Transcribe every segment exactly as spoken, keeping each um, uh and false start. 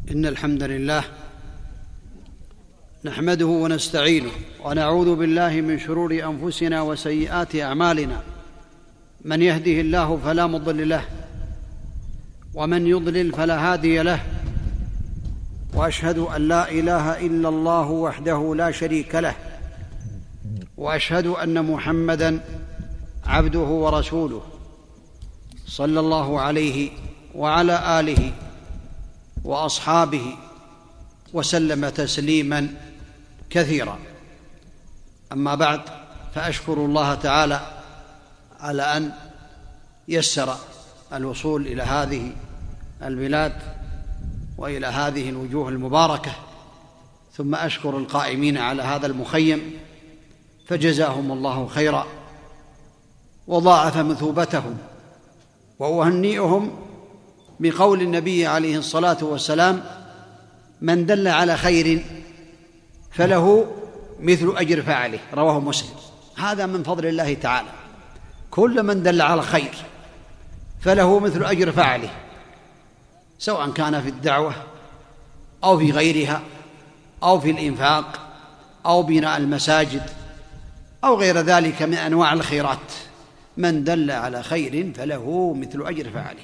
إن الحمد لله نحمده ونستعينه ونعوذ بالله من شرور أنفسنا وسيئات أعمالنا. من يهده الله فلا مضل له ومن يضلل فلا هادي له، وأشهد أن لا إله إلا الله وحده لا شريك له، وأشهد أن محمدًا عبده ورسوله صلى الله عليه وعلى آله وأصحابه وسلم تسليماً كثيرا. أما بعد، فأشكر الله تعالى على أن يسر الوصول إلى هذه البلاد وإلى هذه الوجوه المباركة، ثم أشكر القائمين على هذا المخيم فجزاهم الله خيرا وضاعف مثوبتهم، وأهنئهم بقول النبي عليه الصلاة والسلام: من دل على خير فله مثل أجر فاعله، رواه مسلم. هذا من فضل الله تعالى، كل من دل على خير فله مثل أجر فاعله، سواء كان في الدعوة أو في غيرها أو في الإنفاق أو بناء المساجد أو غير ذلك من أنواع الخيرات. من دل على خير فله مثل أجر فاعله.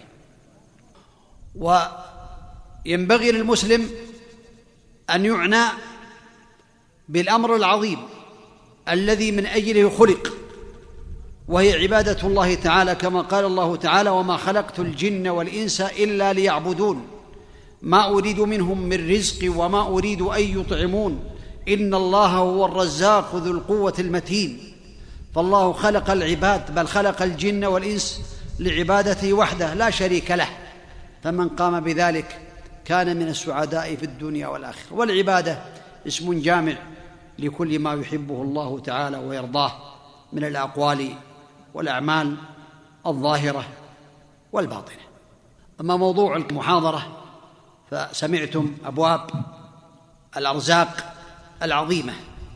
وينبغي للمسلم أن يعنى بالأمر العظيم الذي من أجله خلق، وهي عبادة الله تعالى، كما قال الله تعالى: وما خلقت الجن والإنس إلا ليعبدون ما أريد منهم من رزق وما أريد أن يطعمون إن الله هو الرزاق ذو القوة المتين. فالله خلق العباد، بل خلق الجن والإنس لعبادته وحده لا شريك له، فمن قام بذلك كان من السعداء في الدنيا والآخرة. والعبادة اسم جامع لكل ما يحبه الله تعالى ويرضاه من الأقوال والأعمال الظاهرة والباطنة. أما موضوع المحاضرة فسمعتم أبواب الأرزاق العظيمة،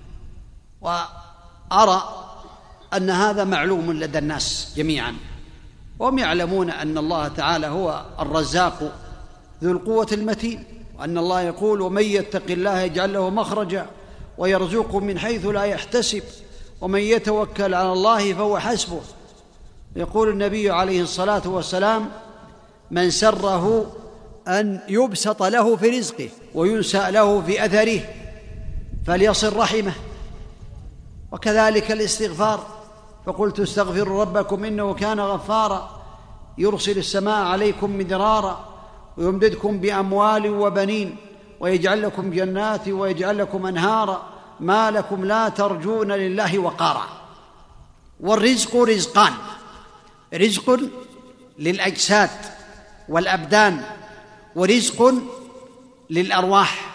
وأرى أن هذا معلوم لدى الناس جميعا، وهم يعلمون أن الله تعالى هو الرزاق ذو القوة المتين، وأن الله يقول: ومن يتق الله يجعل له مخرجا ويرزقه من حيث لا يحتسب ومن يتوكل على الله فهو حسبه. يقول النبي عليه الصلاة والسلام: من سره أن يبسط له في رزقه وينسأ له في أثره فليصل رحمه. وكذلك الاستغفار: فقلت استغفروا ربكم إنه كان غفارا يرسل السماء عليكم مدرارا ويمددكم بأموال وبنين ويجعل لكم جنات ويجعل لكم أنهارا ما لكم لا ترجون لله وقارا. والرزق رزقان: رزق للأجساد والأبدان، ورزق للأرواح.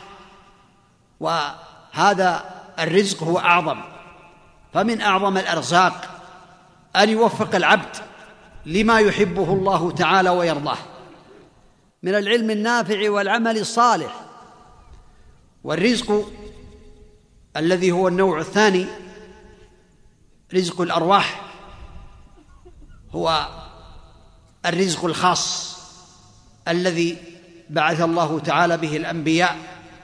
وهذا الرزق هو أعظم، فمن أعظم الأرزاق أن يوفق العبد لما يحبه الله تعالى ويرضاه من العلم النافع والعمل الصالح. والرزق الذي هو النوع الثاني، رزق الأرواح، هو الرزق الخاص الذي بعث الله تعالى به الأنبياء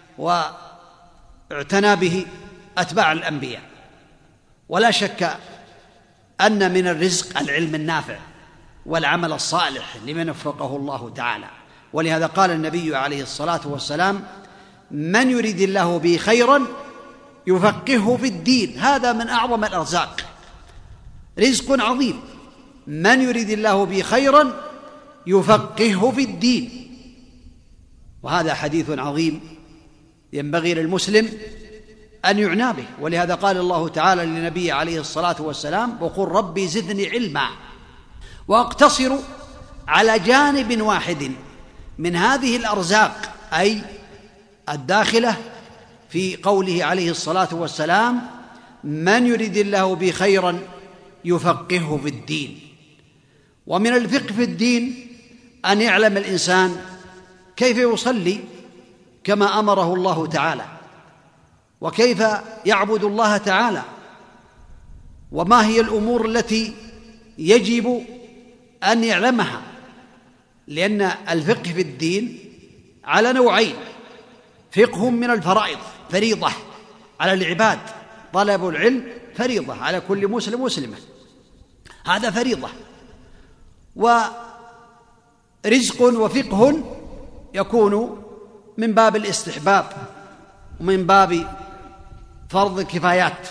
واعتنى به أتباع الأنبياء. ولا شك أن من الرزق العلم النافع والعمل الصالح لمن وفقه الله تعالى. ولهذا قال النبي عليه الصلاة والسلام: من يريد الله به خيرا يفقهه في الدين. هذا من أعظم الأرزاق، رزق عظيم. من يريد الله به خيرا يفقهه في الدين. وهذا حديث عظيم ينبغي للمسلم أن يعنى به. ولهذا قال الله تعالى للنبي عليه الصلاة والسلام: وقل ربي زدني علما. وأقتصر على جانب واحد من هذه الأرزاق، أي الداخلة في قوله عليه الصلاة والسلام: من يريد الله به خيرا يفقهه في الدين. ومن الفقه في الدين أن يعلم الإنسان كيف يصلي كما أمره الله تعالى، وكيف يعبد الله تعالى، وما هي الأمور التي يجب أن يعلمها، لأن الفقه في الدين على نوعين: فقه من الفرائض، فريضة على العباد، طلب العلم فريضة على كل مسلم مسلمة، هذا فريضة. ورزق وفقه يكون من باب الاستحباب ومن باب فرض الكفايات.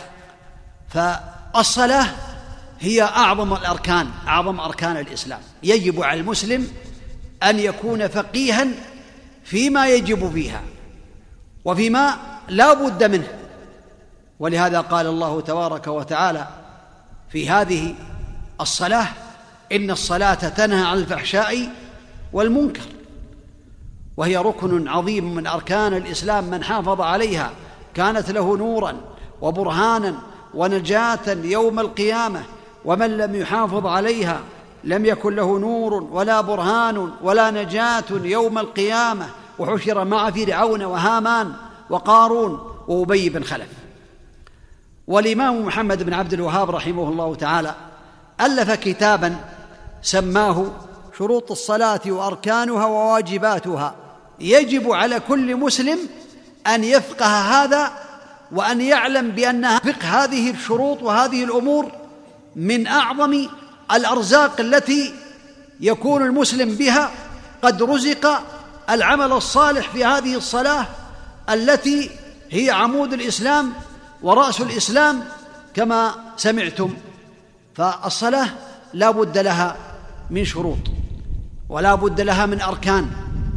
فالصلاة هي أعظم الأركان، أعظم أركان الإسلام. يجب على المسلم أن يكون فقيها فيما يجب فيها وفيما لا بد منه. ولهذا قال الله تبارك وتعالى في هذه الصلاة: إن الصلاة تنهى عن الفحشاء والمنكر، وهي ركن عظيم من أركان الإسلام، من حافظ عليها كانت له نورا وبرهانا ونجاة يوم القيامة، ومن لم يحافظ عليها لم يكن له نور ولا برهان ولا نجاة يوم القيامة، وحشر مع فرعون وهامان وقارون وأبي بن خلف. والإمام محمد بن عبد الوهاب رحمه الله تعالى ألف كتابا سماه شروط الصلاة وأركانها وواجباتها. يجب على كل مسلم أن يفقه هذا وأن يعلم بأن فقه هذه الشروط وهذه الأمور من أعظم الأرزاق التي يكون المسلم بها قد رزق العمل الصالح في هذه الصلاة التي هي عمود الإسلام ورأس الإسلام كما سمعتم. فالصلاة لا بد لها من شروط، ولا بد لها من أركان،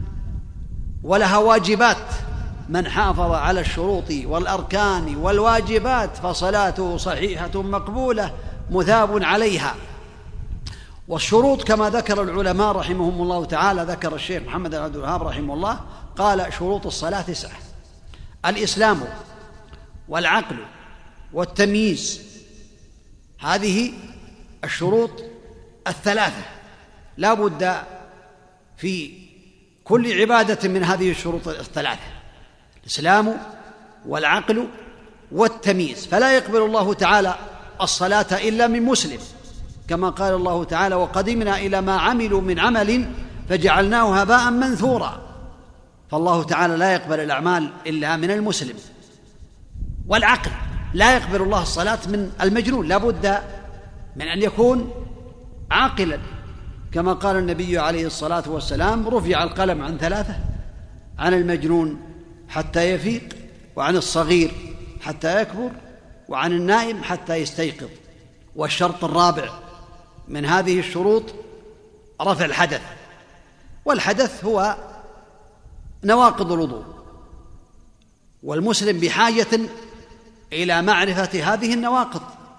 ولها واجبات. من حافظ على الشروط والأركان والواجبات فصلاته صحيحة مقبولة مثاب عليها. والشروط كما ذكر العلماء رحمهم الله تعالى، ذكر الشيخ محمد بن عبد الوهاب رحمه الله قال: شروط الصلاة تسعة: الإسلام والعقل والتمييز. هذه الشروط الثلاثة لا بد في كل عبادة من هذه الشروط الثلاثة: الإسلام والعقل والتمييز. فلا يقبل الله تعالى الصلاة إلا من مسلم، كما قال الله تعالى: وقدمنا إلى ما عملوا من عمل فجعلناه هباء منثورا. فالله تعالى لا يقبل الأعمال إلا من المسلم. والعقل لا يقبل الله الصلاة من المجنون، لا بد من أن يكون عاقلا، كما قال النبي عليه الصلاة والسلام: رفع القلم عن ثلاثة: عن المجنون حتى يفيق، وعن الصغير حتى يكبر، وعن النائم حتى يستيقظ. والشرط الرابع من هذه الشروط رفع الحدث. والحدث هو نواقض الوضوء، والمسلم بحاجة إلى معرفة هذه النواقض.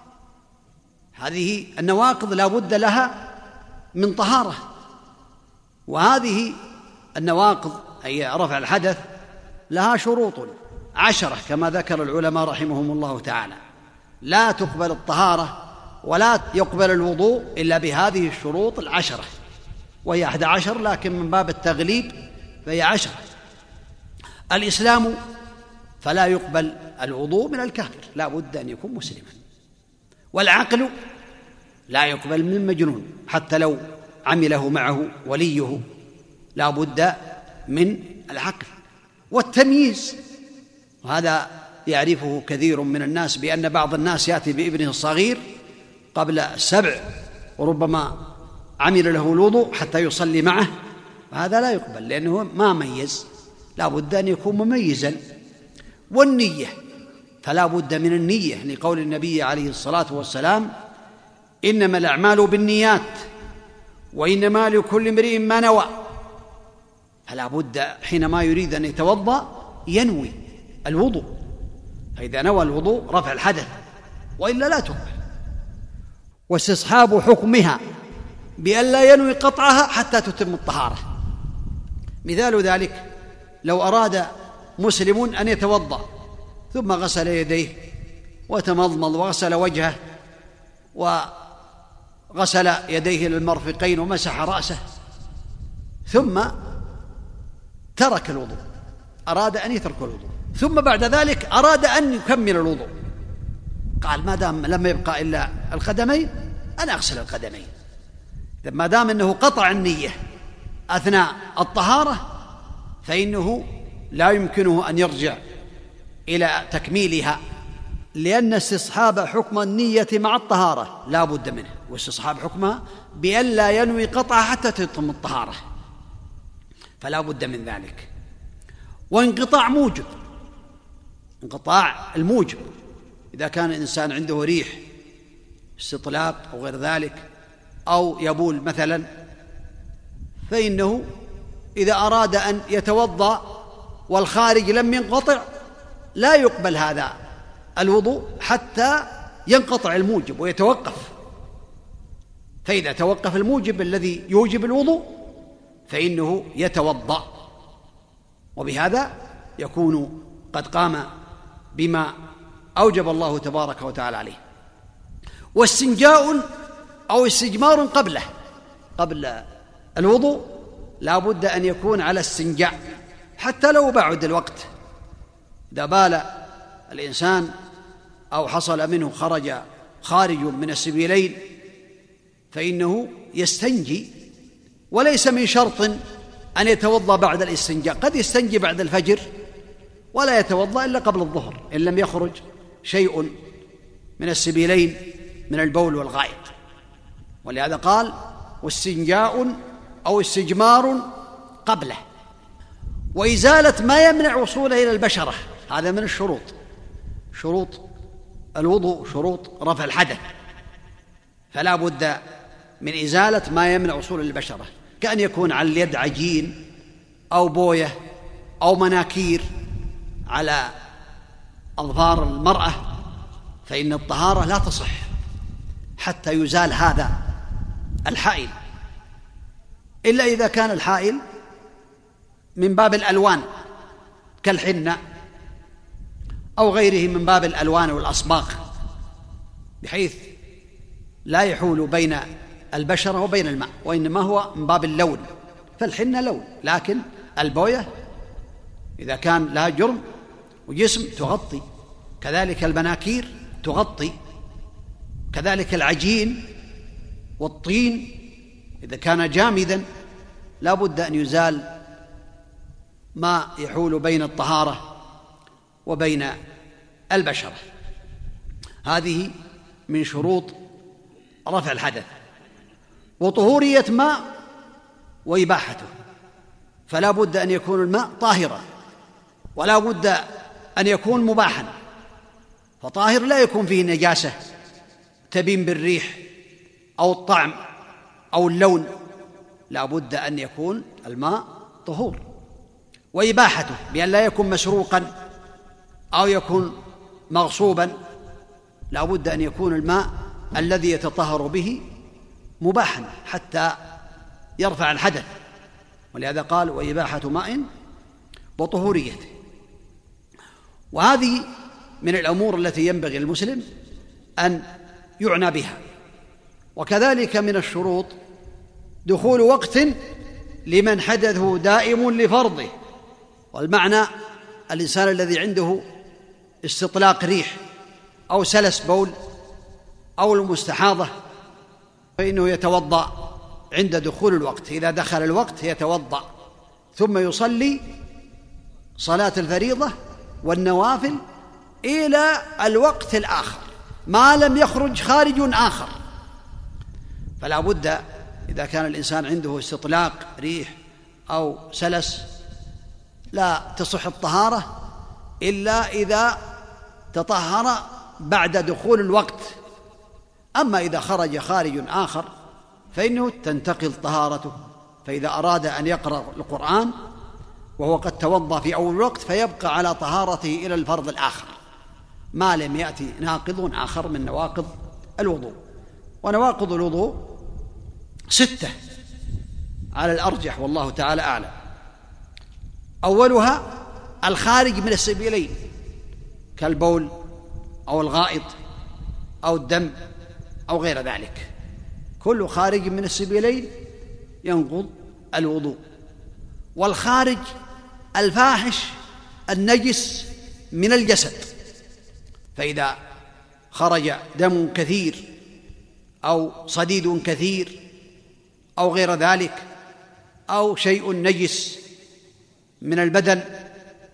هذه النواقض لا بد لها من طهارة، وهذه النواقض أي رفع الحدث لها شروط عشرة كما ذكر العلماء رحمهم الله تعالى. لا تقبل الطهارة ولا يقبل الوضوء إلا بهذه الشروط العشرة، وهي أحد عشر لكن من باب التغليب فهي عشرة. الإسلام فلا يقبل الوضوء من الكافر، لا بد أن يكون مسلما. والعقل لا يقبل من المجنون حتى لو عمله معه وليه، لا بد من العقل. والتمييز، وهذا يعرفه كثير من الناس، بأن بعض الناس يأتي بابنه الصغير قبل السبع وربما عمل له الوضوء حتى يصلي معه، وهذا لا يقبل لأنه ما ميز، لا بد أن يكون مميزا. والنية فلا بد من النية، لقول النبي عليه الصلاة والسلام: إنما الأعمال بالنيات وإنما لكل امرئ ما نوى. فلا بد حينما يريد أن يتوضأ ينوي الوضوء، فإذا نوى الوضوء رفع الحدث، وإلا لا تقبل. واستصحاب حكمها بأن لا ينوي قطعها حتى تتم الطهارة. مثال ذلك: لو أراد مسلم أن يتوضأ ثم غسل يديه وتمضمض وغسل وجهه وغسل يديه للمرفقين ومسح رأسه، ثم ترك الوضوء، أراد أن يترك الوضوء، ثم بعد ذلك أراد أن يكمل الوضوء، قال: ما دام لم يبقى إلا القدمين أنا أغسل القدمين. ما دام أنه قطع النية أثناء الطهارة فإنه لا يمكنه أن يرجع إلى تكميلها، لأن استصحاب حكم النية مع الطهارة لا بد منه، واستصحاب حكمها بأن لا ينوي قطعها حتى تتم الطهارة، فلا بد من ذلك. وانقطاع موجب، انقطاع الموجب إذا كان الإنسان عنده ريح استطلاق أو غير ذلك أو يبول مثلا، فإنه إذا أراد أن يتوضأ والخارج لم ينقطع لا يقبل هذا الوضوء حتى ينقطع الموجب ويتوقف، فإذا توقف الموجب الذي يوجب الوضوء فإنه يتوضأ، وبهذا يكون قد قام بما أوجب الله تبارك وتعالى عليه. واستنجاء أو استجمار قبله، قبل الوضوء لا بد أن يكون على استنجاء حتى لو بعد الوقت، إذا بال الإنسان أو حصل منه خرج خارج من السبيلين فإنه يستنجي، وليس من شرط أن يتوضأ بعد الاستنجاء، قد يستنجي بعد الفجر ولا يتوضأ إلا قبل الظهر إن لم يخرج شيء من السبيلين من البول والغائط. ولهذا قال واستنجاء أو استجمار قبله. وإزالة ما يمنع وصوله إلى البشرة، هذا من الشروط، شروط الوضوء، شروط رفع الحدث، فلا بد من إزالة ما يمنع وصوله إلى البشرة، كأن يكون على اليد عجين أو بوية أو مناكير على أظفار المرأة، فإن الطهارة لا تصح حتى يزال هذا الحائل، إلا إذا كان الحائل من باب الألوان كالحنة أو غيره من باب الألوان والأصباغ، بحيث لا يحول بين البشرة وبين الماء، وإنما هو من باب اللون، فالحنة لون، لكن البوية إذا كان لها جرم وجسم تغطي، كذلك المناكير تغطي، كذلك العجين والطين إذا كان جامدا لا بد أن يزال ما يحول بين الطهارة وبين البشرة. هذه من شروط رفع الحدث. وطهورية ماء وإباحته، فلا بد أن يكون الماء طاهرا ولا بد أن يكون مباحا، فطاهر لا يكون فيه نجاسة تبين بالريح أو الطعم أو اللون، لا بد أن يكون الماء طهور. وإباحته بأن لا يكون مسروقا أو يكون مغصوبا، لا بد أن يكون الماء الذي يتطهر به مباحا حتى يرفع الحدث، ولهذا قال وإباحة ماء وطهوريته. وهذه من الأمور التي ينبغي المسلم أن يعنى بها. وكذلك من الشروط دخول وقت لمن حدثه دائم لفرضه، والمعنى الإنسان الذي عنده استطلاق ريح أو سلس بول أو المستحاضة فإنه يتوضأ عند دخول الوقت، إذا دخل الوقت يتوضأ ثم يصلي صلاة الفريضة والنوافل إلى الوقت الآخر ما لم يخرج خارج آخر. فلا بد إذا كان الإنسان عنده استطلاق ريح أو سلس لا تصح الطهارة إلا إذا تطهر بعد دخول الوقت، أما إذا خرج خارج آخر فإنه تنتقل طهارته، فإذا أراد أن يقرأ القرآن وهو قد توضأ في أول الوقت فيبقى على طهارته إلى الفرض الآخر ما لم يأتي ناقض آخر من نواقض الوضوء. ونواقض الوضوء ستة على الأرجح والله تعالى أعلم. أولها الخارج من السبيلين كالبول أو الغائط أو الدم أو غير ذلك، كل خارج من السبيلين ينقض الوضوء. والخارج الفاحش النجس من الجسد، فإذا خرج دم كثير أو صديد كثير أو غير ذلك أو شيء نجس من البدن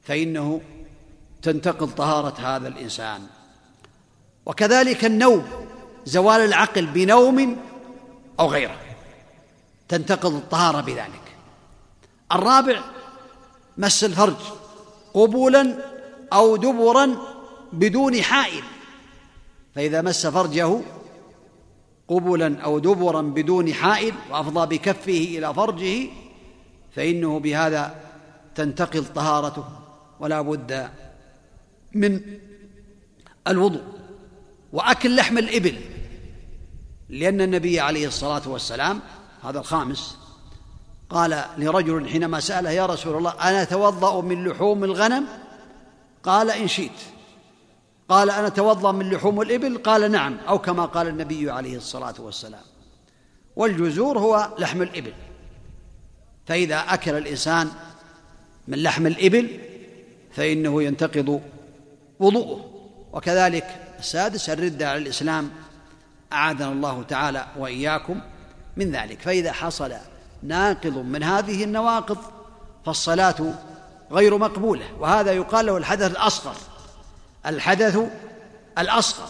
فإنه تنتقض طهارة هذا الإنسان. وكذلك النوم، زوال العقل بنوم أو غيره تنتقض الطهارة بذلك. الرابع مس الفرج قبولا أو دبرا بدون حائل، فإذا مس فرجه قبلا أو دبرا بدون حائل وأفضى بكفه إلى فرجه فإنه بهذا تنتقض طهارته ولا بد من الوضوء. وأكل لحم الإبل، لأن النبي عليه الصلاة والسلام، هذا الخامس، قال لرجل حينما سأله: يا رسول الله أنا أتوضأ من لحوم الغنم؟ قال: إن شئت. قال: أنا أتوضأ من لحوم الإبل؟ قال: نعم، أو كما قال النبي عليه الصلاة والسلام. والجزور هو لحم الإبل، فإذا أكل الإنسان من لحم الإبل فإنه ينتقض وضوءه. وكذلك السادس الردة على الإسلام، أعاذنا الله تعالى وإياكم من ذلك. فإذا حصل ناقض من هذه النواقض فالصلاة غير مقبولة، وهذا يقال له الحدث الأصغر. الحدث الأصغر.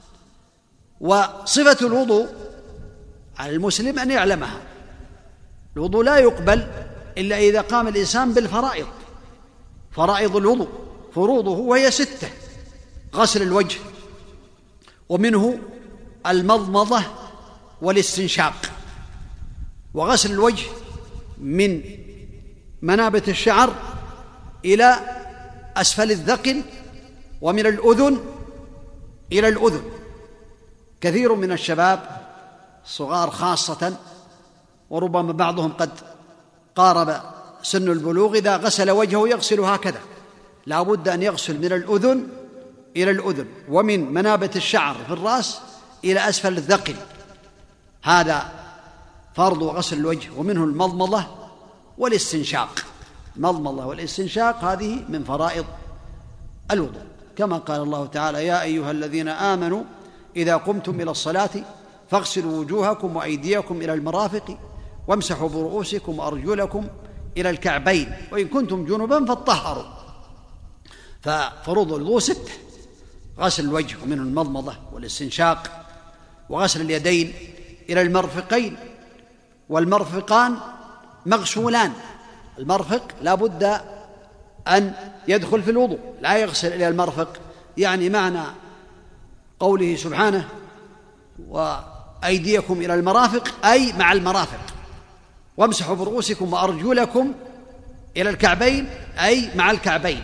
وصفة الوضوء على المسلم أن يعلمها. الوضوء لا يقبل إلا إذا قام الإنسان بالفرائض، فرائض الوضوء فروضه وهي ستة: غسل الوجه، ومنه المضمضة والاستنشاق. وغسل الوجه من منابت الشعر إلى أسفل الذقن، ومن الأذن إلى الأذن. كثير من الشباب الصغار خاصة، وربما بعضهم قد قارب سن البلوغ، إذا غسل وجهه يغسل هكذا، لا بد أن يغسل من الأذن إلى الأذن، ومن منابت الشعر في الرأس إلى أسفل الذقن. هذا فرض غسل الوجه. ومنه المضمضة والاستنشاق. المضمضة والاستنشاق هذه من فرائض الوضوء، كما قال الله تعالى: يا أيها الذين آمنوا إذا قمتم إلى الصلاة فاغسلوا وجوهكم وأيديكم إلى المرافق وامسحوا برؤوسكم وأرجلكم إلى الكعبين وإن كنتم جنبا فاطهروا. ففروض الوضوء ستة: غسل الوجه، ومنه المضمضة والاستنشاق، وغسل اليدين إلى المرفقين، والمرفقان مغسولان. المرفق لا بد أن يدخل في الوضوء، لا يغسل إلى المرفق، يعني معنى قوله سبحانه: وأيديكم إلى المرافق، أي مع المرافق. وامسحوا برؤوسكم وأرجلكم إلى الكعبين، أي مع الكعبين.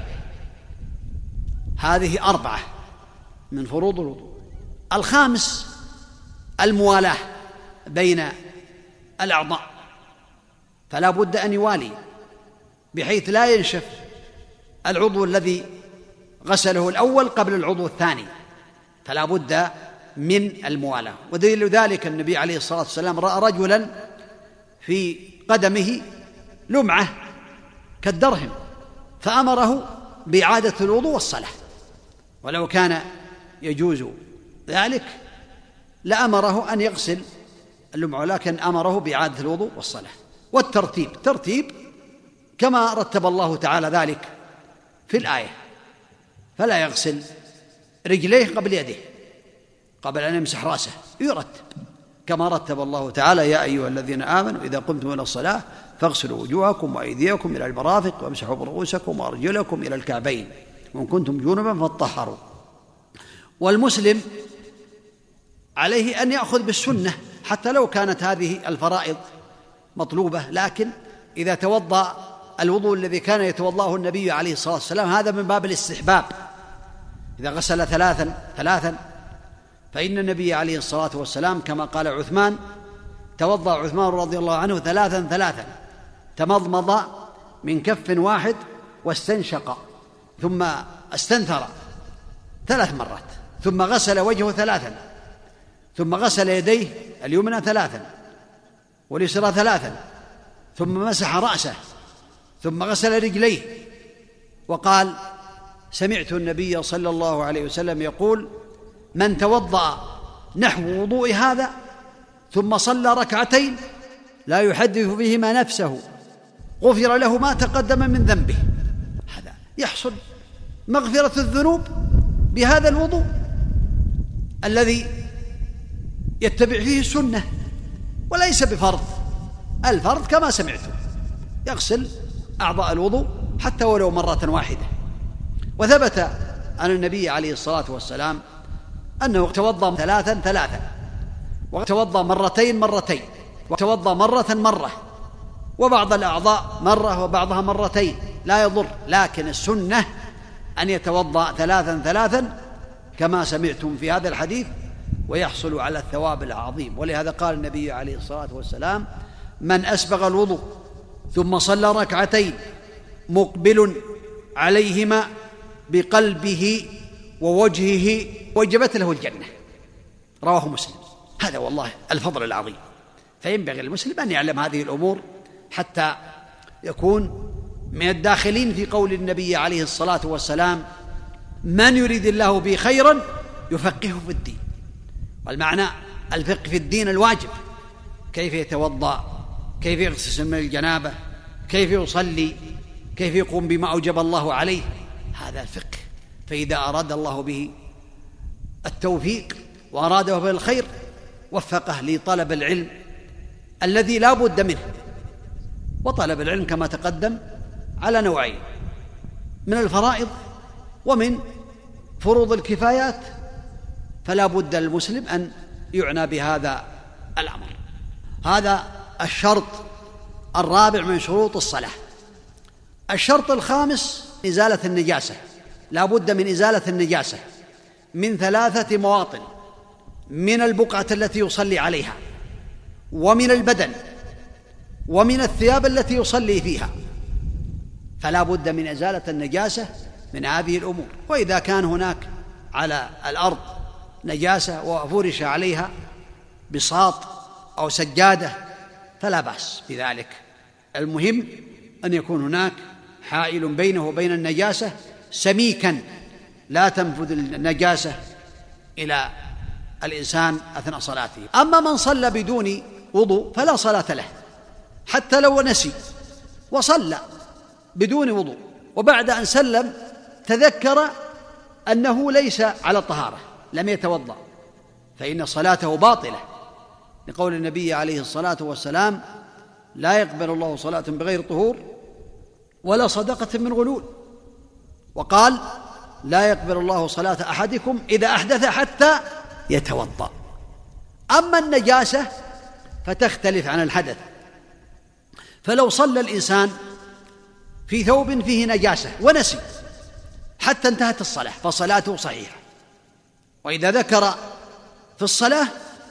هذه أربعة من فروض الوضوء. الخامس الموالاة بين الأعضاء، فلا بد أن يوالي بحيث لا ينشف العضو الذي غسله الأول قبل العضو الثاني، فلا بد من الموالاة. ودليل ذلك النبي عليه الصلاة والسلام رأى رجلا في قدمه لمعة كالدرهم فأمره بإعادة الوضوء والصلاة، ولو كان يجوز ذلك لأمره أن يغسل اللمعة، لكن أمره بإعادة الوضوء والصلاة. والترتيب ترتيب كما رتب الله تعالى ذلك في الآية، فلا يغسل رجليه قبل يديه قبل أن يمسح رأسه، يرتب كما رتب الله تعالى: يا أيها الذين آمنوا إذا قمتم إلى الصلاة فاغسلوا وجوهكم وأيديكم إلى المرافق وامسحوا برؤوسكم وأرجلكم إلى الكعبين وإن كنتم جنبا فاطهروا. والمسلم عليه أن يأخذ بالسنة حتى لو كانت هذه الفرائض مطلوبة، لكن إذا توضأ الوضوء الذي كان يتوضأه النبي عليه الصلاة والسلام هذا من باب الاستحباب. إذا غسل ثلاثا ثلاثا فإن النبي عليه الصلاة والسلام كما قال عثمان: توضأ عثمان رضي الله عنه ثلاثا ثلاثا، تمضمض من كف واحد واستنشق ثم استنثر ثلاث مرات، ثم غسل وجهه ثلاثا، ثم غسل يديه اليمنى ثلاثا واليسرى ثلاثا، ثم مسح رأسه، ثم غسل رجليه. وقال: سمعت النبي صلى الله عليه وسلم يقول: من توضأ نحو وضوء هذا ثم صلى ركعتين لا يحدث بهما نفسه غفر له ما تقدم من ذنبه. هذا يحصل مغفرة الذنوب بهذا الوضوء الذي يتبع فيه السنة وليس بفرض. الفرض كما سمعتم يغسل أعضاء الوضوء حتى ولو مرة واحدة. وثبت عن النبي عليه الصلاة والسلام أنه توضأ ثلاثا ثلاثا، وتوضأ مرتين مرتين، وتوضأ مرة مرة، وبعض الأعضاء مرة وبعضها مرتين، لا يضر، لكن السنة أن يتوضأ ثلاثا ثلاثا كما سمعتم في هذا الحديث، ويحصل على الثواب العظيم. ولهذا قال النبي عليه الصلاة والسلام: من أسبغ الوضوء ثم صلى ركعتين مقبل عليهما بقلبه ووجهه وجبت له الجنة. رواه مسلم. هذا والله الفضل العظيم. فينبغي المسلم أن يعلم هذه الأمور حتى يكون من الداخلين في قول النبي عليه الصلاة والسلام: من يريد الله به خيرا يفقهه في الدين. والمعنى الفقه في الدين الواجب، كيف يتوضأ، كيف يغتسل من الجنابة، كيف يصلي، كيف يقوم بما أوجب الله عليه، هذا الفقه. فإذا أراد الله به التوفيق وأراده بالخير وفقه لطلب العلم الذي لا بد منه. وطلب العلم كما تقدم على نوعين: من الفرائض ومن فروض الكفايات، فلا بد للمسلم أن يعنى بهذا الأمر. هذا الشرط الرابع من شروط الصلاة. الشرط الخامس إزالة النجاسة. لا بد من إزالة النجاسة من ثلاثة مواطن: من البقعة التي يصلي عليها، ومن البدن، ومن الثياب التي يصلي فيها. فلا بد من إزالة النجاسة من هذه الأمور. وإذا كان هناك على الأرض نجاسة وفرش عليها بساط أو سجادة فلا بأس بذلك. المهم أن يكون هناك حائل بينه وبين النجاسة سميكا لا تنفذ النجاسة إلى الإنسان أثناء صلاته. أما من صلى بدون وضوء فلا صلاة له، حتى لو نسي وصلى بدون وضوء وبعد أن سلم تذكر أنه ليس على الطهارة، لم يتوضأ، فإن صلاته باطلة، لقول النبي عليه الصلاة والسلام: لا يقبل الله صلاة بغير طهور ولا صدقة من غلول. وقال: لا يقبل الله صلاة أحدكم إذا أحدث حتى يتوضأ. أما النجاسة فتختلف عن الحدث، فلو صلى الإنسان في ثوب فيه نجاسة ونسي حتى انتهت الصلاة فصلاته صحيحة. وإذا ذكر في الصلاة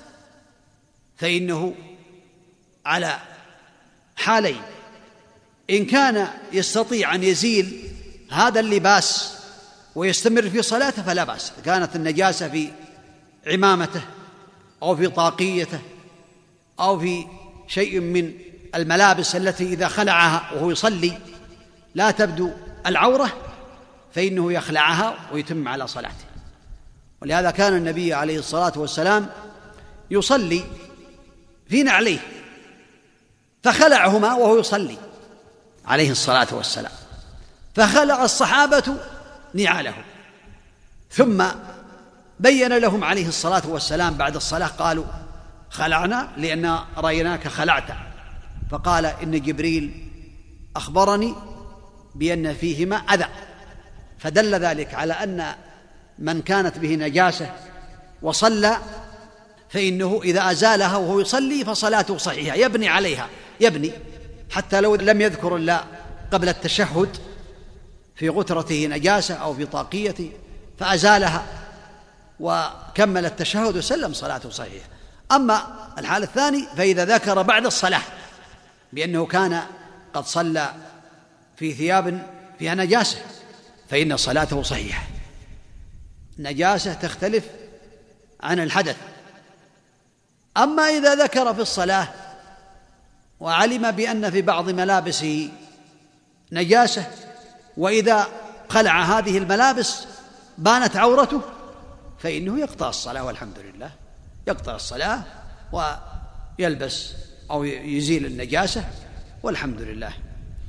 فإنه على حالين: إن كان يستطيع أن يزيل هذا اللباس ويستمر في صلاته فلا بأس. كانت النجاسة في عمامته أو في طاقيته أو في شيء من الملابس التي إذا خلعها وهو يصلي لا تبدو العورة فإنه يخلعها ويتم على صلاته. ولهذا كان النبي عليه الصلاة والسلام يصلي في نعليه فخلعهما وهو يصلي عليه الصلاة والسلام، فخلع الصحابة نعاله، ثم بين لهم عليه الصلاة والسلام بعد الصلاة، قالوا: خلعنا لأن رأيناك خلعت. فقال: إن جبريل أخبرني بأن فيهما أذى. فدل ذلك على أن من كانت به نجاسة وصلى فإنه إذا أزالها وهو يصلي فصلاته صحيحة، يبني عليها، يبني حتى لو لم يذكر الله قبل التشهد في غترته نجاسة أو في طاقيته فأزالها وكمل التشهد وسلم، صلاته صحيحة. أما الحال الثاني فإذا ذكر بعد الصلاة بأنه كان قد صلى في ثياب فيها نجاسة فإن صلاته صحيحة. النجاسة تختلف عن الحدث. أما إذا ذكر في الصلاة وعلم بأن في بعض ملابسه نجاسة وإذا خلع هذه الملابس بانت عورته فإنه يقطع الصلاة والحمد لله، يقطع الصلاة ويلبس أو يزيل النجاسة والحمد لله.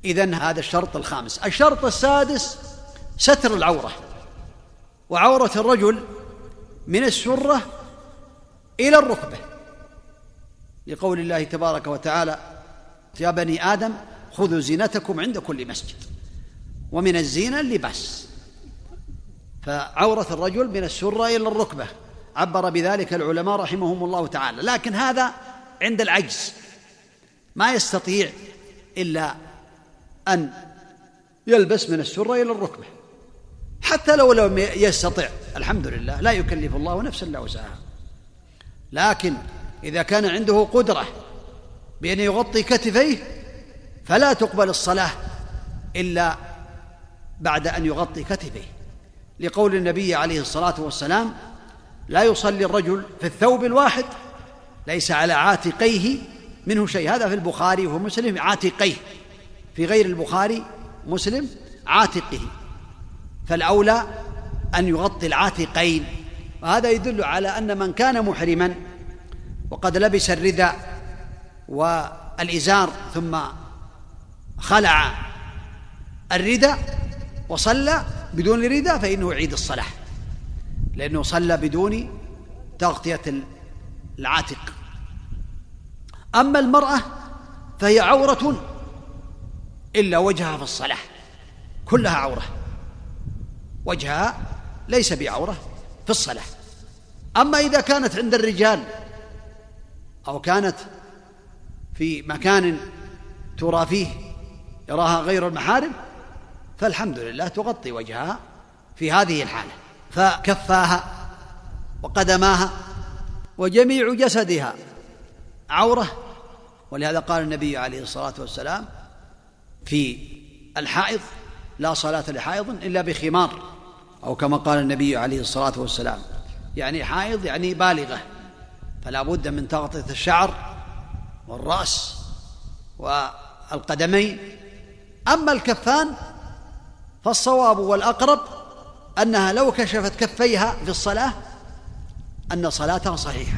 إذن هذا الشرط الخامس. الشرط السادس ستر العورة، وعورة الرجل من السرة إلى الركبة، لقول الله تبارك وتعالى: يا بني آدم خذوا زينتكم عند كل مسجد. ومن الزينة اللباس، فعورة الرجل من السرة إلى الركبة، عبر بذلك العلماء رحمهم الله تعالى. لكن هذا عند العجز، ما يستطيع إلا أن يلبس من السرة إلى الركبة، حتى لو لم يستطع الحمد لله، لا يكلف الله نفسا إلا وسعها. لكن إذا كان عنده قدرة بأن يغطي كتفيه فلا تقبل الصلاة إلا بعد أن يغطي كتفيه، لقول النبي عليه الصلاة والسلام: لا يصلي الرجل في الثوب الواحد ليس على عاتقيه منه شيء. هذا في البخاري وفي مسلم عاتقيه، في غير البخاري مسلم عاتقه، فالأولى أن يغطي العاتقين. وهذا يدل على أن من كان محرما وقد لبس الرداء والإزار ثم خلع الرداء وصلى بدون رداء فإنه يعيد الصلاة، لأنه صلى بدون تغطية العاتق. أما المرأة فهي عورة إلا وجهها في الصلاة، كلها عورة، وجهها ليس بعورة في الصلاة. أما إذا كانت عند الرجال أو كانت في مكان ترى فيه يراها غير المحارم فالحمد لله تغطي وجهها في هذه الحالة. فكفاها وقدماها وجميع جسدها عورة، ولهذا قال النبي عليه الصلاة والسلام في الحائض: لا صلاة لحائض إلا بخمار، أو كما قال النبي عليه الصلاة والسلام. يعني حائض يعني بالغة، فلا بد من تغطية الشعر والرأس والقدمين. أما الكفان فالصواب والأقرب أنها لو كشفت كفيها في الصلاة أن صلاتها صحيحة،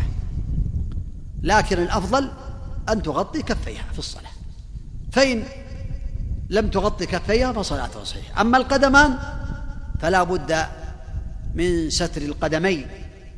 لكن الأفضل أن تغطي كفيها في الصلاة، فإن لم تغطي كفيها فصلاتها صحيحة. أما القدمان فلا بد من ستر القدمين،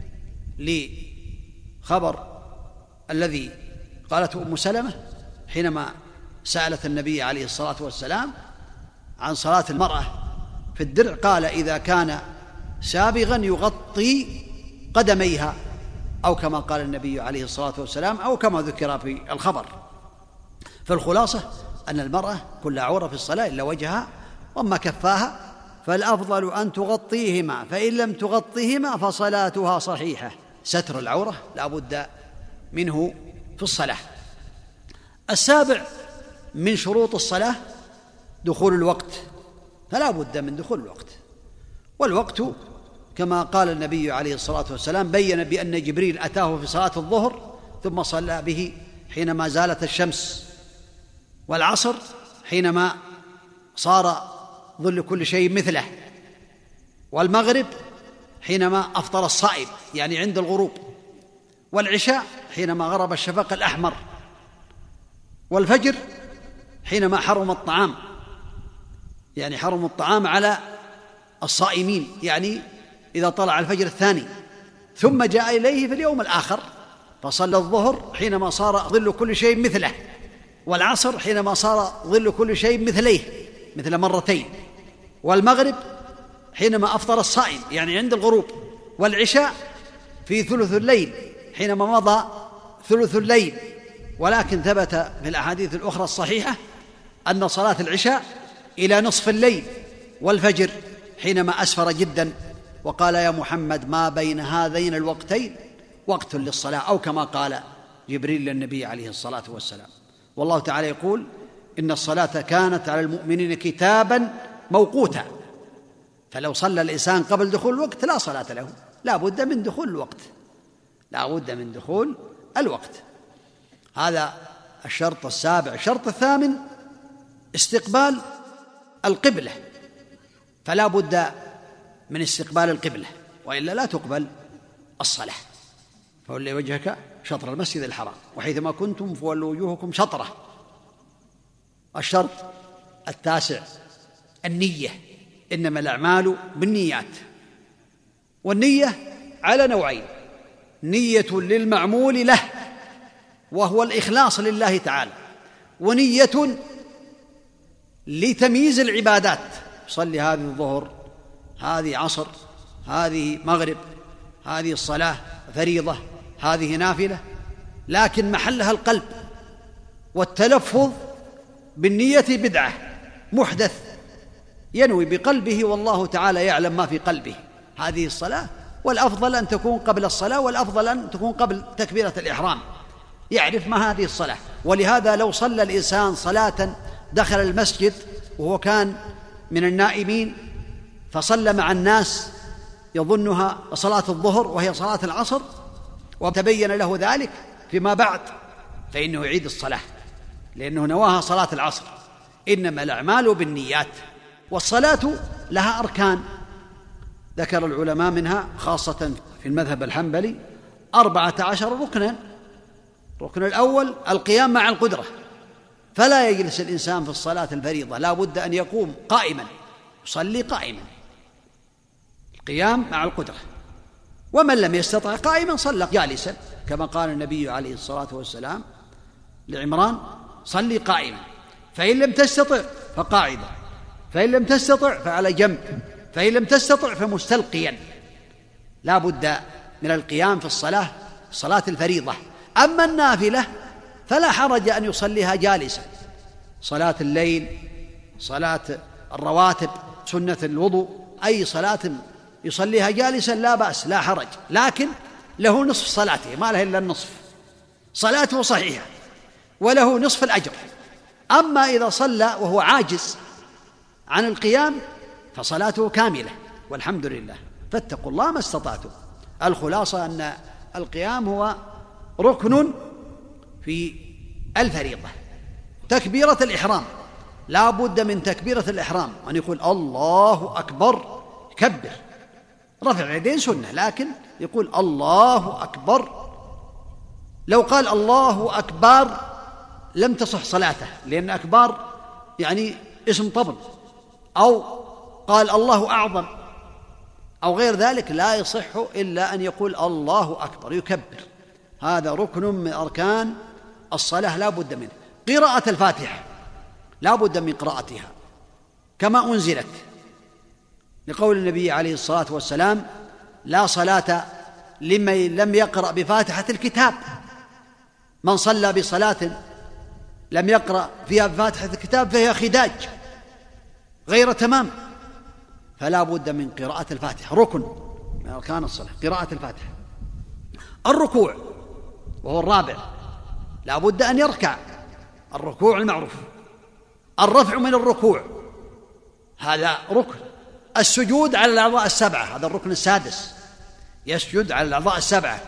لخبر الذي قالته أم سلمة حينما سألت النبي عليه الصلاة والسلام عن صلاة المرأة في الدرع، قال: إذا كان سابغا يغطي قدميها، أو كما قال النبي عليه الصلاة والسلام، أو كما ذكر في الخبر. فالخلاصة أن المرأة كلها عورة في الصلاة إلا وجهها، وأما كفاها فالأفضل أن تغطيهما، فإن لم تغطيهما فصلاتها صحيحة. ستر العورة لا بد منه في الصلاة. السابع من شروط الصلاة دخول الوقت، فلا بد من دخول الوقت. والوقت كما قال النبي عليه الصلاة والسلام بين بأن جبريل أتاه في صلاة الظهر ثم صلى به حينما زالت الشمس، والعصر حينما صار ظل كل شيء مثله، والمغرب حينما أفطر الصائم يعني عند الغروب، والعشاء حينما غرب الشفق الأحمر، والفجر حينما حرم الطعام يعني حرم الطعام على الصائمين، يعني إذا طلع الفجر الثاني، ثم جاء إليه في اليوم الآخر فصلى الظهر حينما صار ظل كل شيء مثله، والعصر حينما صار ظل كل شيء مثليه مثل مرتين، والمغرب حينما أفطر الصائم يعني عند الغروب، والعشاء في ثلث الليل حينما مضى ثلث الليل. ولكن ثبت في الأحاديث الأخرى الصحيحة أن صلاة العشاء إلى نصف الليل، والفجر حينما أسفر جدا، وقال: يا محمد ما بين هذين الوقتين وقت للصلاة، أو كما قال جبريل للنبي عليه الصلاة والسلام. والله تعالى يقول: إن الصلاة كانت على المؤمنين كتابا موقوتا. فلو صلى الإنسان قبل دخول الوقت لا صلاة له، لا بد من دخول الوقت، لا بد من دخول الوقت. هذا الشرط السابع. الشرط الثامن استقبال القبلة، فلا بد من استقبال القبلة، وإلا لا تقبل الصلاة. فولي وجهك شطر المسجد الحرام وحيثما كنتم فولوا وجوهكم شطره. الشرط التاسع النية. إنما الأعمال بالنيات، والنية على نوعين: نية للمعمول له وهو الإخلاص لله تعالى، ونية لتمييز العبادات. صلي هذه الظهر، هذه عصر، هذه مغرب، هذه الصلاة فريضة، هذه نافلة، لكن محلها القلب. والتلفظ بالنية بدعة محدث، ينوي بقلبه والله تعالى يعلم ما في قلبه. هذه الصلاة، والأفضل أن تكون قبل الصلاة، والأفضل أن تكون قبل تكبيرة الإحرام، يعرف ما هذه الصلاة. ولهذا لو صلى الإنسان صلاة دخل المسجد وهو كان من النائمين فصلى مع الناس يظنها صلاة الظهر وهي صلاة العصر، وتبين له ذلك فيما بعد، فإنه يعيد الصلاة لأنه نواها صلاة العصر. إنما الأعمال بالنيات. والصلاة لها أركان ذكر العلماء منها خاصة في المذهب الحنبلي أربعة عشر ركنا. الركن الأول القيام مع القدرة، فلا يجلس الإنسان في الصلاة الفريضة، لا بد أن يقوم قائما، يصلي قائما، القيام مع القدرة. ومن لم يستطع قائما صلى جالسا، كما قال النبي عليه الصلاة والسلام لعمران: صلي قائما، فإن لم تستطع فقاعدا، فإن لم تستطع فعلى جنب، فإن لم تستطع فمستلقيا. لا بد من القيام في الصلاة، صلاة الفريضة. أما النافلة فلا حرج أن يصليها جالسا، صلاة الليل، صلاة الرواتب، سنة الوضوء، أي صلاة يصليها جالسا لا بأس، لا حرج، لكن له نصف صلاته، ما له إلا النصف، صلاته صحيحة وله نصف الأجر. أما إذا صلى وهو عاجز عن القيام فصلاته كاملة والحمد لله. فاتقوا الله ما استطعتم. الخلاصة أن القيام هو ركن في الفريضة. تكبيرة الإحرام، لا بد من تكبيرة الإحرام، أن يقول الله أكبر، يكبر. رفع اليدين سنة، لكن يقول الله أكبر. لو قال الله أكبر لم تصح صلاته، لأن أكبر يعني اسم طبل، أو قال الله أعظم أو غير ذلك، لا يصح إلا أن يقول الله أكبر، يكبر. هذا ركن من أركان الصلاة لا بد منه. قراءة الفاتحة لا بد من قراءتها كما أنزلت، لقول النبي عليه الصلاة والسلام: لا صلاة لمن لم يقرأ بفاتحة الكتاب. من صلى بصلاة لم يقرأ فيها بفاتحة الكتاب فهي خداج غير تمام. فلا بد من قراءة الفاتحة، ركن من أركان الصلاة قراءة الفاتحة. الركوع وهو الرابع، لا بد أن يركع، الركوع المعروف. الرفع من الركوع هذا ركن. السجود على الأعضاء السبعة هذا الركن السادس، يسجد على الأعضاء السبعة: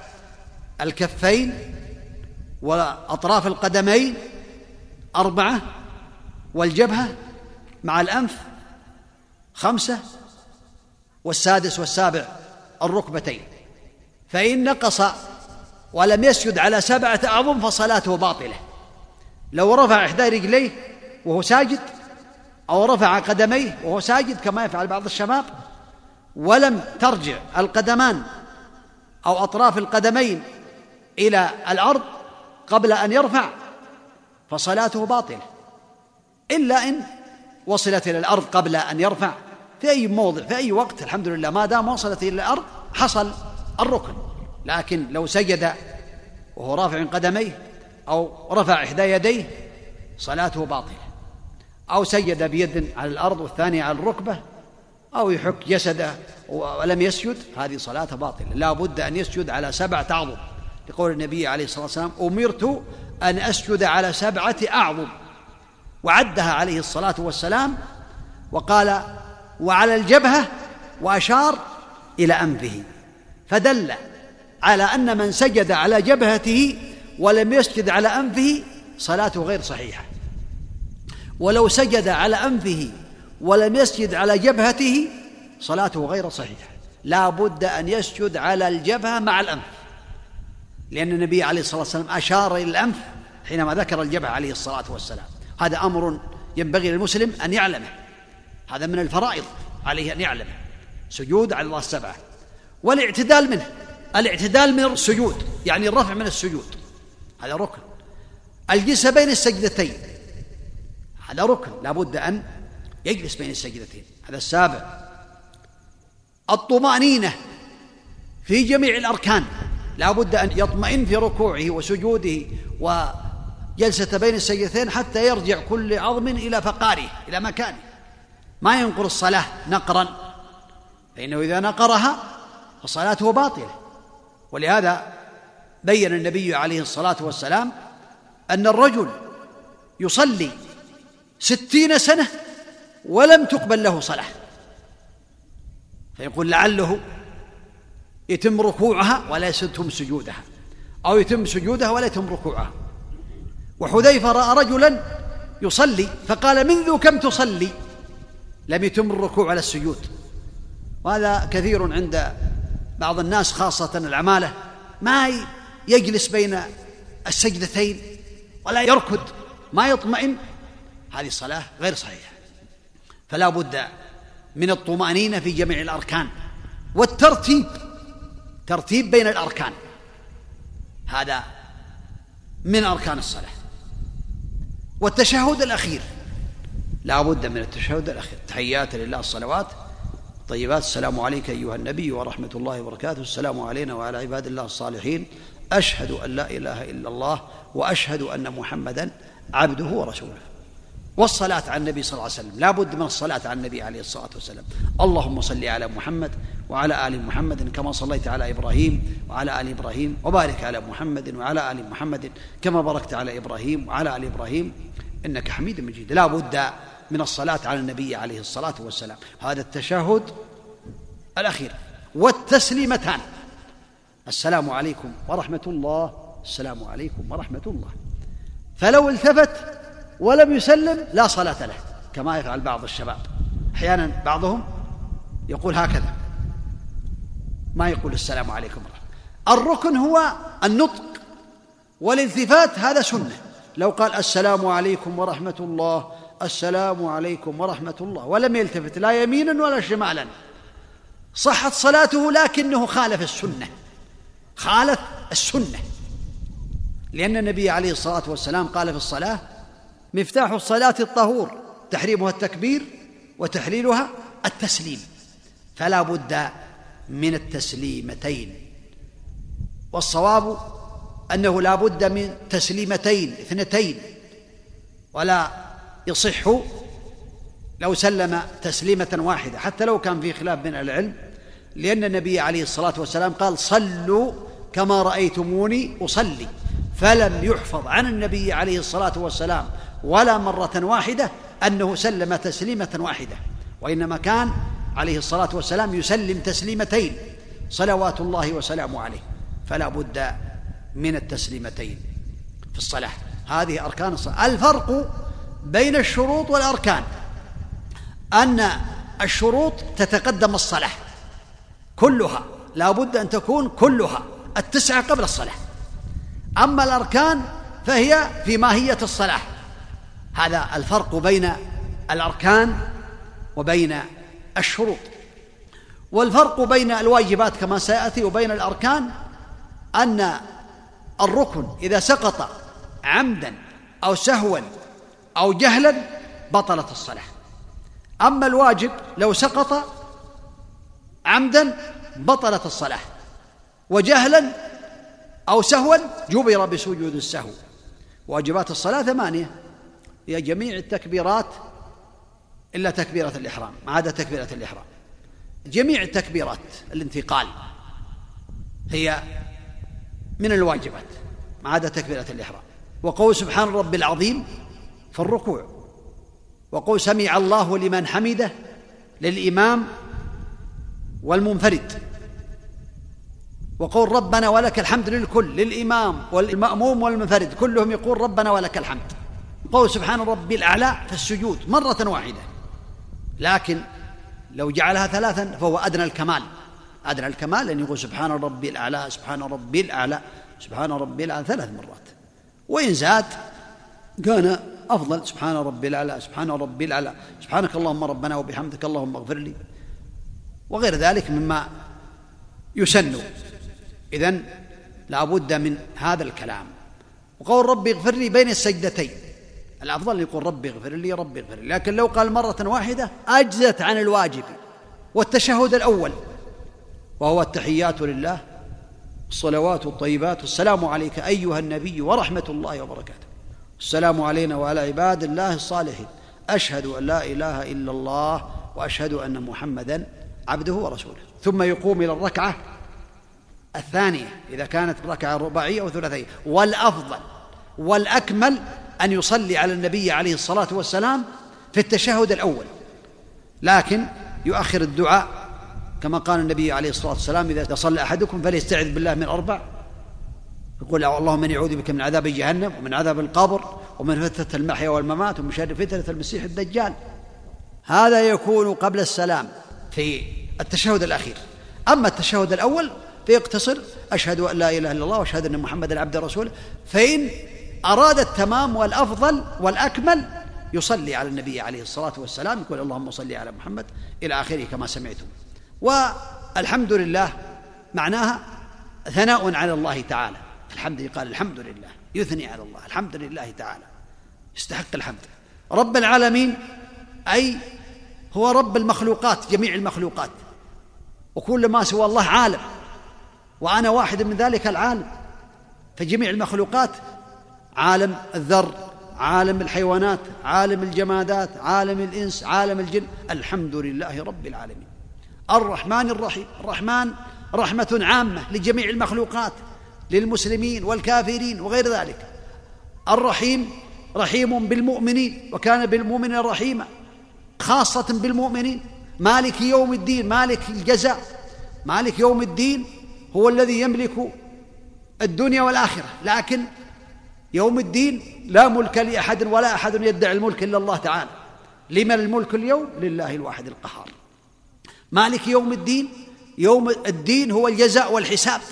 الكفين وأطراف القدمين أربعة، والجبهة مع الأنف خمسة، والسادس والسابع الركبتين. فإن نقص ولم يسجد على سبعة أعظم فصلاته باطلة. لو رفع إحدى رجليه وهو ساجد، أو رفع قدميه وهو ساجد كما يفعل بعض الشباب، ولم ترجع القدمان أو أطراف القدمين إلى الأرض قبل أن يرفع فصلاته باطلة، إلا إن وصلت إلى الأرض قبل أن يرفع في أي موضع في أي وقت، الحمد لله، ما دام وصلت إلى الأرض حصل الركن. لكن لو سجد وهو رافع قدميه أو رفع إحدى يديه صلاته باطلة، أو سجد بيد على الأرض والثانية على الركبة، أو يحك جسده ولم يسجد، هذه صلاة باطلة. لا بد أن يسجد على سبعة أعظم، لقول النبي عليه الصلاة والسلام: أمرت أن أسجد على سبعة أعظم، وعدها عليه الصلاة والسلام، وقال: وعلى الجبهة، وأشار إلى أنفه، فدل على أن من سجد على جبهته ولم يسجد على أنفه صلاته غير صحيحة. ولو سجد على أنفه ولم يسجد على جبهته صلاته غير صحيحة. لا بد أن يسجد على الجبهة مع الأنف، لأن النبي عليه الصلاة والسلام أشار إلى الأنف حينما ذكر الجبهة عليه الصلاة والسلام. هذا أمر ينبغي للمسلم أن يعلمه، هذا من الفرائض عليه أن يعلمه، سجود على الله السبعة. والاعتدال منه، الاعتدال من السجود يعني الرفع من السجود، هذا ركن. الجلسة بين السجدتين هذا ركن، لا بد أن يجلس بين السجدتين، هذا السابع. الطمأنينة في جميع الأركان، لا بد أن يطمئن في ركوعه وسجوده وجلسة بين السجدتين حتى يرجع كل عظم إلى فقاره إلى مكانه، ما ينقر الصلاة نقرا، فإنه إذا نقرها فصلاته باطلة. ولهذا بين النبي عليه الصلاة والسلام أن الرجل يصلي ستين سنة ولم تقبل له صلاة، فيقول لعله يتم ركوعها ولا يتم سجودها، أو يتم سجودها ولا يتم ركوعها. وحذيفة رأى رجلا يصلي فقال منذ كم تصلي لم يتم الركوع على السجود. وهذا كثير عند بعض الناس خاصة العمالة، ما يجلس بين السجدتين ولا يركض، ما يطمئن، هذه الصلاة غير صحيحة. فلا بد من الطمأنينة في جميع الأركان، والترتيب، ترتيب بين الأركان، هذا من أركان الصلاة. والتشهد الأخير، لا بد من التشهد الأخير، تحيات لله الصلوات طيبات، السلام عليك أيها النبي ورحمة الله وبركاته، السلام علينا وعلى عباد الله الصالحين، أشهد أن لا إله إلا الله وأشهد أن محمدا عبده ورسوله. والصلاة على النبي صلى الله عليه وسلم، لا بد من الصلاة على النبي عليه الصلاة والسلام. اللهم صل على محمد وعلى آل محمد كما صليت على إبراهيم وعلى آل إبراهيم، وبارك على محمد وعلى آل محمد كما باركت على إبراهيم وعلى آل إبراهيم إنك حميد مجيد. لا بد من الصلاة على النبي عليه الصلاة والسلام، هذا التشهد الأخير. والتسليمتان، السلام عليكم ورحمة الله، السلام عليكم ورحمة الله. فلو التفت ولم يسلم لا صلاة له، كما يفعل بعض الشباب، أحيانا بعضهم يقول هكذا، ما يقول السلام عليكم ورحمة. الركن هو النطق، والالتفات هذا سنة. لو قال السلام عليكم ورحمة الله، السلام عليكم ورحمة الله، ولم يلتفت لا يمينا ولا شمالا، صحت صلاته، لكنه خالف السنة، خالف السنة، لأن النبي عليه الصلاة والسلام قال في الصلاة: مفتاح الصلاة الطهور، تحريمها التكبير وتحليلها التسليم. فلا بد من التسليمتين، والصواب أنه لا بد من تسليمتين اثنتين، ولا يصح لو سلم تسليمة واحدة حتى لو كان في خلاف من العلم، لأن النبي عليه الصلاة والسلام قال: صلوا كما رأيتموني أصلي. فلم يحفظ عن النبي عليه الصلاة والسلام ولا مرة واحدة أنه سلم تسليمة واحدة، وإنما كان عليه الصلاة والسلام يسلم تسليمتين صلوات الله وسلامه عليه. فلا بد من التسليمتين في الصلاة، هذه أركان الصلاة. الفرق بين الشروط والأركان أن الشروط تتقدم الصلاة كلها، لا بد أن تكون كلها التسعة قبل الصلاة، أما الأركان فهي في ماهية الصلاة. هذا الفرق بين الأركان وبين الشروط. والفرق بين الواجبات كما سيأتي وبين الأركان أن الركن إذا سقط عمدا أو سهوا أو جهلا بطلت الصلاة، أما الواجب لو سقط عمدا بطلت الصلاة، وجهلا أو سهوا جبر بسجود السهو. واجبات الصلاة ثمانية، هي جميع التكبيرات إلا تكبيرة الإحرام، ما عدا تكبيرة الإحرام. جميع التكبيرات الانتقال هي من الواجبات ما عدا تكبيرة الإحرام. وقول سبحان ربي العظيم في الركوع، وقول سمع الله لمن حمده للإمام والمنفرد، وقول ربنا ولك الحمد للكل، للإمام والمأموم والمنفرد كلهم يقول ربنا ولك الحمد. قول سبحان ربي الأعلى في السجود مرة واحدة، لكن لو جعلها ثلاثا فهو أدنى الكمال، أدنى الكمال أن يقول سبحان ربي الأعلى، سبحان ربي الأعلى، سبحان ربي الأعلى ثلاث مرات، وإن زاد كان أفضل، سبحان ربي الأعلى، سبحان ربي الأعلى، سبحانك اللهم ربنا وبحمدك اللهم اغفر لي، وغير ذلك مما يسن. إذن لا بد من هذا الكلام. وقول ربي اغفر لي بين السجدتين، الأفضل يقول ربي اغفر لي ربي اغفر لي، لكن لو قال مرة واحدة أجزت عن الواجب. والتشهد الأول وهو التحيات لله الصلوات الطيبات والسلام عليك أيها النبي ورحمة الله وبركاته، السلام علينا وعلى عباد الله الصالحين، أشهد أن لا إله إلا الله وأشهد أن محمدا عبده ورسوله. ثم يقوم إلى الركعة الثانية إذا كانت ركعة رباعية أو ثلاثية. والأفضل والأكمل أن يصلي على النبي عليه الصلاة والسلام في التشهد الأول، لكن يؤخر الدعاء كما قال النبي عليه الصلاة والسلام إذا صلى أحدكم فليستعذ بالله من أربع، يقول اللهم إني أعوذ بك من عذاب جهنم ومن عذاب القبر ومن فتنة المحيا والممات ومن شر فتنة المسيح الدجال. هذا يكون قبل السلام في التشهد الأخير. أما التشهد الأول فيقتصر أشهد أن لا إله إلا الله وأشهد أن محمدا عبده ورسوله. فإن أراد التمام والأفضل والأكمل يصلي على النبي عليه الصلاة والسلام، يقول اللهم صل على محمد إلى آخره كما سمعتم. والحمد لله معناها ثناء على الله تعالى، الحمد قال الحمد لله، يثني على الله، الحمد لله تعالى يستحق الحمد. رب العالمين أي هو رب المخلوقات، جميع المخلوقات، وكل ما سوى الله عالم، وأنا واحد من ذلك العالم. فجميع المخلوقات عالم الذر، عالم الحيوانات، عالم الجمادات، عالم الإنس، عالم الجن، الحمد لله رب العالمين. الرحمن الرحيم، الرحمن رحمة عامة لجميع المخلوقات، للمسلمين والكافرين وغير ذلك. الرحيم رحيم بالمؤمنين وكان بالمؤمنين رحيما، خاصة بالمؤمنين. مالك يوم الدين، مالك الجزاء، مالك يوم الدين هو الذي يملك الدنيا والآخرة، لكن يوم الدين لا ملك لأحد ولا أحد يدعي الملك إلا الله تعالى. لمن الملك اليوم؟ لله الواحد القهار. مالك يوم الدين، يوم الدين هو الجزاء والحساب،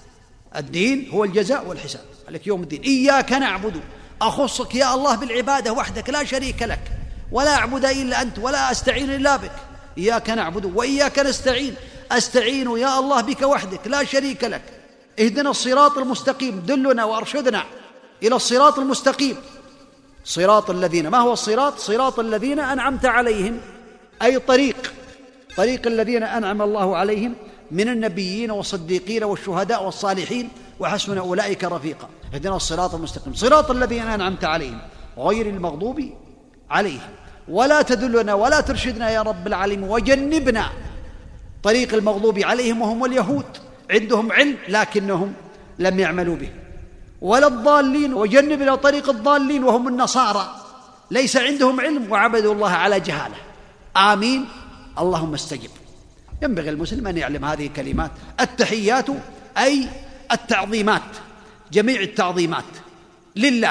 الدين هو الجزاء والحساب. مالك يوم الدين إياك نعبد، أخصك يا الله بالعبادة وحدك لا شريك لك، ولا أعبد إلا أنت ولا أستعين إلا بك. إياك نعبد وإياك نستعين، أستعين يا الله بك وحدك لا شريك لك. اهدنا الصراط المستقيم، دلنا وأرشدنا إلى الصراط المستقيم، صراط الذين. ما هو الصراط؟ صراط الذين أنعمت عليهم، أي طريق طريق الذين أنعم الله عليهم من النبيين والصديقين والشهداء والصالحين وحسن أولئك رفيقا. اهدنا الصراط المستقيم صراط الذين أنعمت عليهم غير المغضوب عليهم. ولا تدلنا ولا ترشدنا يا رب العالمين، وجنبنا طريق المغضوب عليهم وهم اليهود، عندهم علم لكنهم لم يعملوا به. ولا الضالين، وجنبنا طريق الضالين وهم النصارى، ليس عندهم علم وعبدوا الله على جهالة. آمين اللهم استجب. ينبغي المسلم أن يعلم هذه الكلمات. التحيات أي التعظيمات، جميع التعظيمات لله،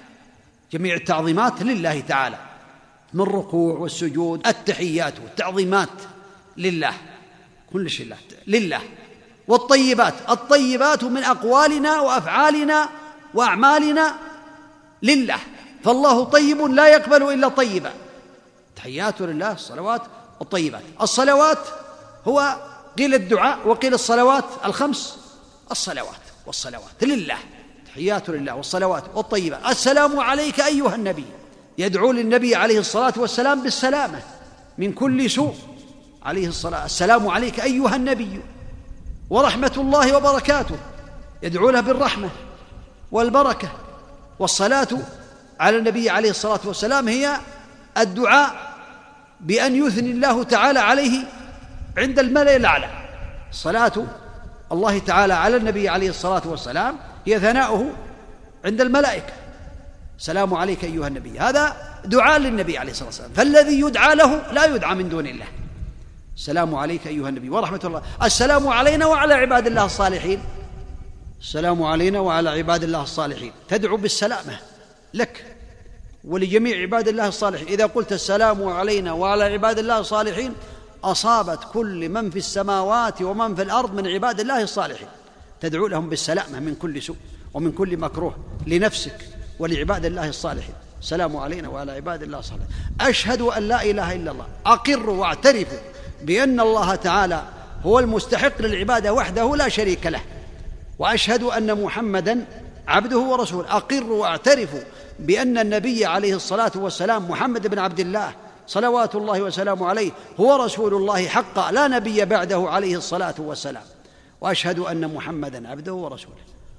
جميع التعظيمات لله تعالى، من ركوع والسجود، التحيات والتعظيمات لله، كل شيء لله, لله. والطيبات، الطيبات من أقوالنا وأفعالنا وأعمالنا لله، فالله طيب لا يقبل إلا طيبا. تحيات لله، الصلوات الطيبات. الصلوات هو قيل الدعاء وقيل الصلوات الخمس، الصلوات والصلوات لله، تحيات لله والصلوات والطيبات. السلام عليك أيها النبي، يدعو للنبي عليه الصلاة والسلام بالسلامة من كل سوء عليه الصلاة. السلام عليك أيها النبي ورحمة الله وبركاته، يدعو له بالرحمة والبركة. والصلاة على النبي عليه الصلاة والسلام هي الدعاء بأن يثني الله تعالى عليه عند الملأ الأعلى. صلاة الله تعالى على النبي عليه الصلاة والسلام هي ثناؤه عند الملائكة. سلام عليك أيها النبي، هذا دعاء للنبي عليه الصلاة والسلام، فالذي يدعى له لا يدعى من دون الله. السلام عليك أيها النبي ورحمة الله. السلام علينا وعلى عباد الله الصالحين، السلام علينا وعلى عباد الله الصالحين، تدعو بالسلامة لك ولجميع عباد الله الصالحين. إذا قلت السلام علينا وعلى عباد الله الصالحين أصابت كل من في السماوات ومن في الأرض من عباد الله الصالحين، تدعو لهم بالسلامة من كل سوء ومن كل مكروه، لنفسك ولعباد الله الصالحين. السلام علينا وعلى عباد الله الصالحين. أشهد أن لا إله إلا الله، أقر واعترف بأن الله تعالى هو المستحق للعبادة وحده لا شريك له، وأشهد أن محمدًا عبده ورسوله. أقر واعترف بأن النبي عليه الصلاة والسلام محمد بن عبد الله صلوات الله وسلامه عليه هو رسول الله حقا، لا نبي بعده عليه الصلاة والسلام. وأشهد أن محمدًا عبده ورسوله.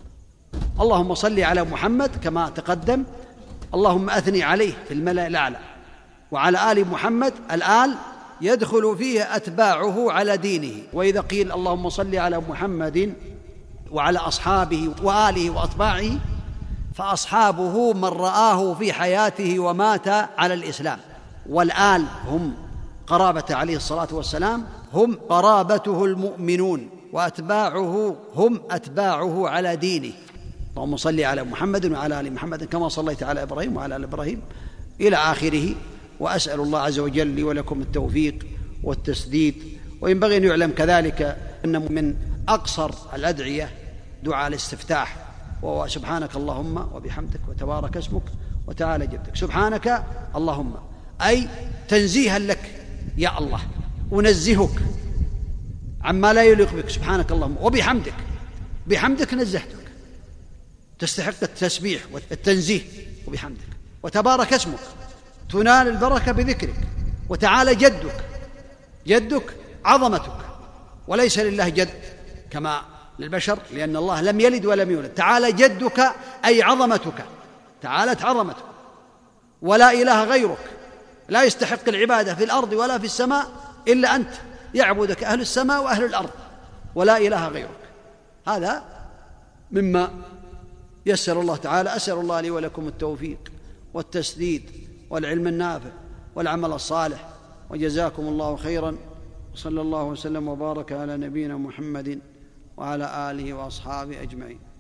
اللهم صل على محمد كما تقدم، اللهم أثني عليه في الملأ الأعلى، وعلى آل محمد. الآل يدخل فيه أتباعه على دينه، وإذا قيل اللهم صل على محمد وعلى أصحابه وآله وأتباعه، فأصحابه من رآه في حياته ومات على الإسلام، والآل هم قرابة عليه الصلاة والسلام، هم قرابته المؤمنون، وأتباعه هم أتباعه على دينه. اللهم صل على محمد وعلى آل محمد كما صليت على إبراهيم وعلى آل إبراهيم إلى آخره. وأسأل الله عز وجل لي ولكم التوفيق والتسديد. وينبغي أن يعلم كذلك أن من أقصر الأدعية دعاء الاستفتاح، وهو سبحانك اللهم وبحمدك وتبارك اسمك وتعالى جدك. سبحانك اللهم أي تنزيها لك يا الله، أنزهك عما لا يليق بك. سبحانك اللهم وبحمدك، بحمدك نزهتك، تستحق التسبيح والتنزيه وبحمدك. وتبارك اسمك، تنال البركة بذكرك. وتعالى جدك، جدك عظمتك، وليس لله جد كما للبشر، لأن الله لم يلد ولم يولد. تعالى جدك أي عظمتك، تعالت عظمتك، ولا إله غيرك، لا يستحق العبادة في الأرض ولا في السماء إلا أنت، يعبدك أهل السماء وأهل الأرض، ولا إله غيرك. هذا مما يسر الله تعالى. أسأل الله لي ولكم التوفيق والتسديد والعلم النافع والعمل الصالح، وجزاكم الله خيرا. وصلى الله وسلم وبارك على نبينا محمد وعلى آله وأصحابه أجمعين.